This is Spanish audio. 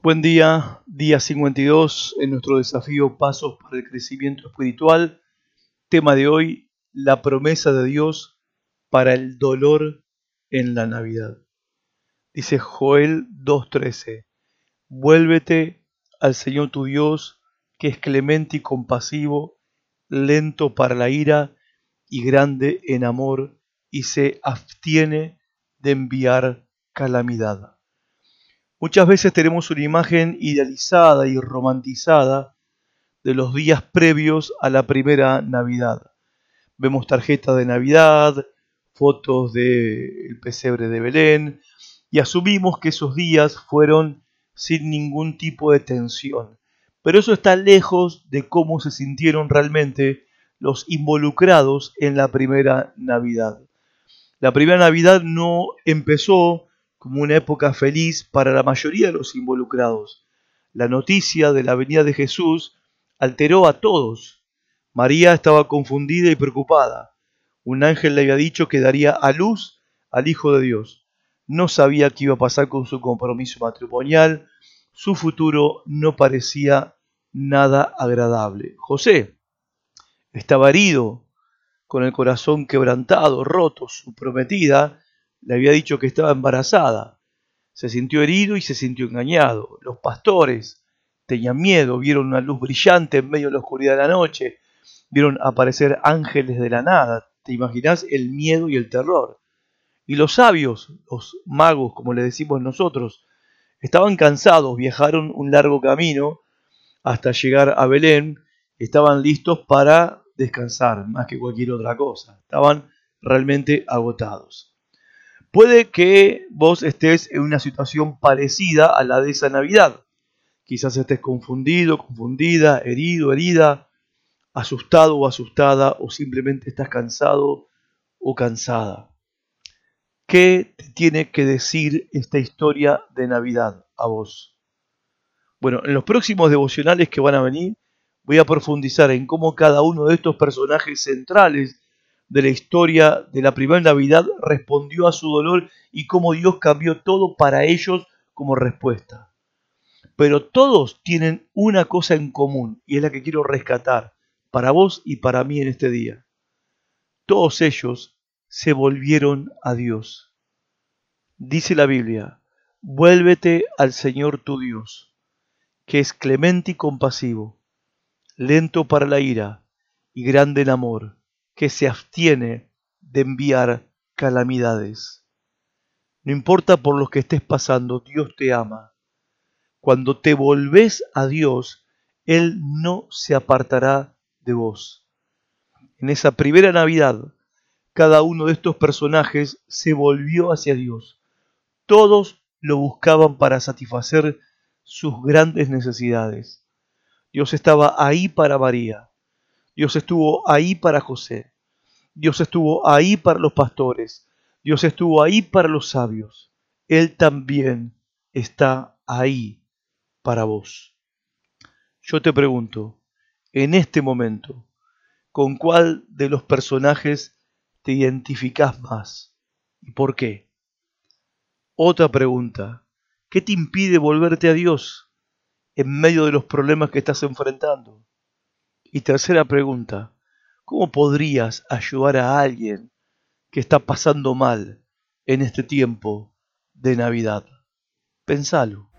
Buen día, día 52 en nuestro desafío Pasos para el Crecimiento Espiritual. Tema de hoy, la promesa de Dios para el dolor en la Navidad. Dice Joel 2:13, vuélvete al Señor tu Dios, que es clemente y compasivo, lento para la ira y grande en amor, y se abstiene de enviar calamidad. Muchas veces tenemos una imagen idealizada y romantizada de los días previos a la primera Navidad. Vemos tarjetas de Navidad, fotos del pesebre de Belén y asumimos que esos días fueron sin ningún tipo de tensión. Pero eso está lejos de cómo se sintieron realmente los involucrados en la primera Navidad. La primera Navidad no empezó como una época feliz para la mayoría de los involucrados. La noticia de la venida de Jesús alteró a todos. María estaba confundida y preocupada. Un ángel le había dicho que daría a luz al Hijo de Dios. No sabía qué iba a pasar con su compromiso matrimonial. Su futuro no parecía nada agradable. José estaba herido, con el corazón quebrantado, roto. Su prometida le había dicho que estaba embarazada. Se sintió herido y se sintió engañado. Los pastores tenían miedo, vieron una luz brillante en medio de la oscuridad de la noche, vieron aparecer ángeles de la nada. ¿Te imaginás el miedo y el terror? Y los sabios, los magos, como le decimos nosotros, estaban cansados, viajaron un largo camino hasta llegar a Belén, estaban listos para descansar más que cualquier otra cosa. Estaban realmente agotados. Puede que vos estés en una situación parecida a la de esa Navidad. Quizás estés confundido, confundida, herido, herida, asustado o asustada, o simplemente estás cansado o cansada. ¿Qué te tiene que decir esta historia de Navidad a vos? Bueno, en los próximos devocionales que van a venir, voy a profundizar en cómo cada uno de estos personajes centrales de la historia de la primera Navidad respondió a su dolor y cómo Dios cambió todo para ellos como respuesta. Pero todos tienen una cosa en común y es la que quiero rescatar para vos y para mí en este día. Todos ellos se volvieron a Dios. Dice la Biblia, vuélvete al Señor tu Dios, que es clemente y compasivo, lento para la ira y grande en amor, que se abstiene de enviar calamidades. No importa por lo que estés pasando, Dios te ama. Cuando te volvés a Dios, Él no se apartará de vos. En esa primera Navidad, cada uno de estos personajes se volvió hacia Dios. Todos lo buscaban para satisfacer sus grandes necesidades. Dios estaba ahí para María. Dios estuvo ahí para José. Dios estuvo ahí para los pastores. Dios estuvo ahí para los sabios. Él también está ahí para vos. Yo te pregunto, en este momento, ¿con cuál de los personajes te identificás más? ¿Y por qué? Otra pregunta, ¿qué te impide volverte a Dios en medio de los problemas que estás enfrentando? Y tercera pregunta, ¿cómo podrías ayudar a alguien que está pasando mal en este tiempo de Navidad? Pensalo.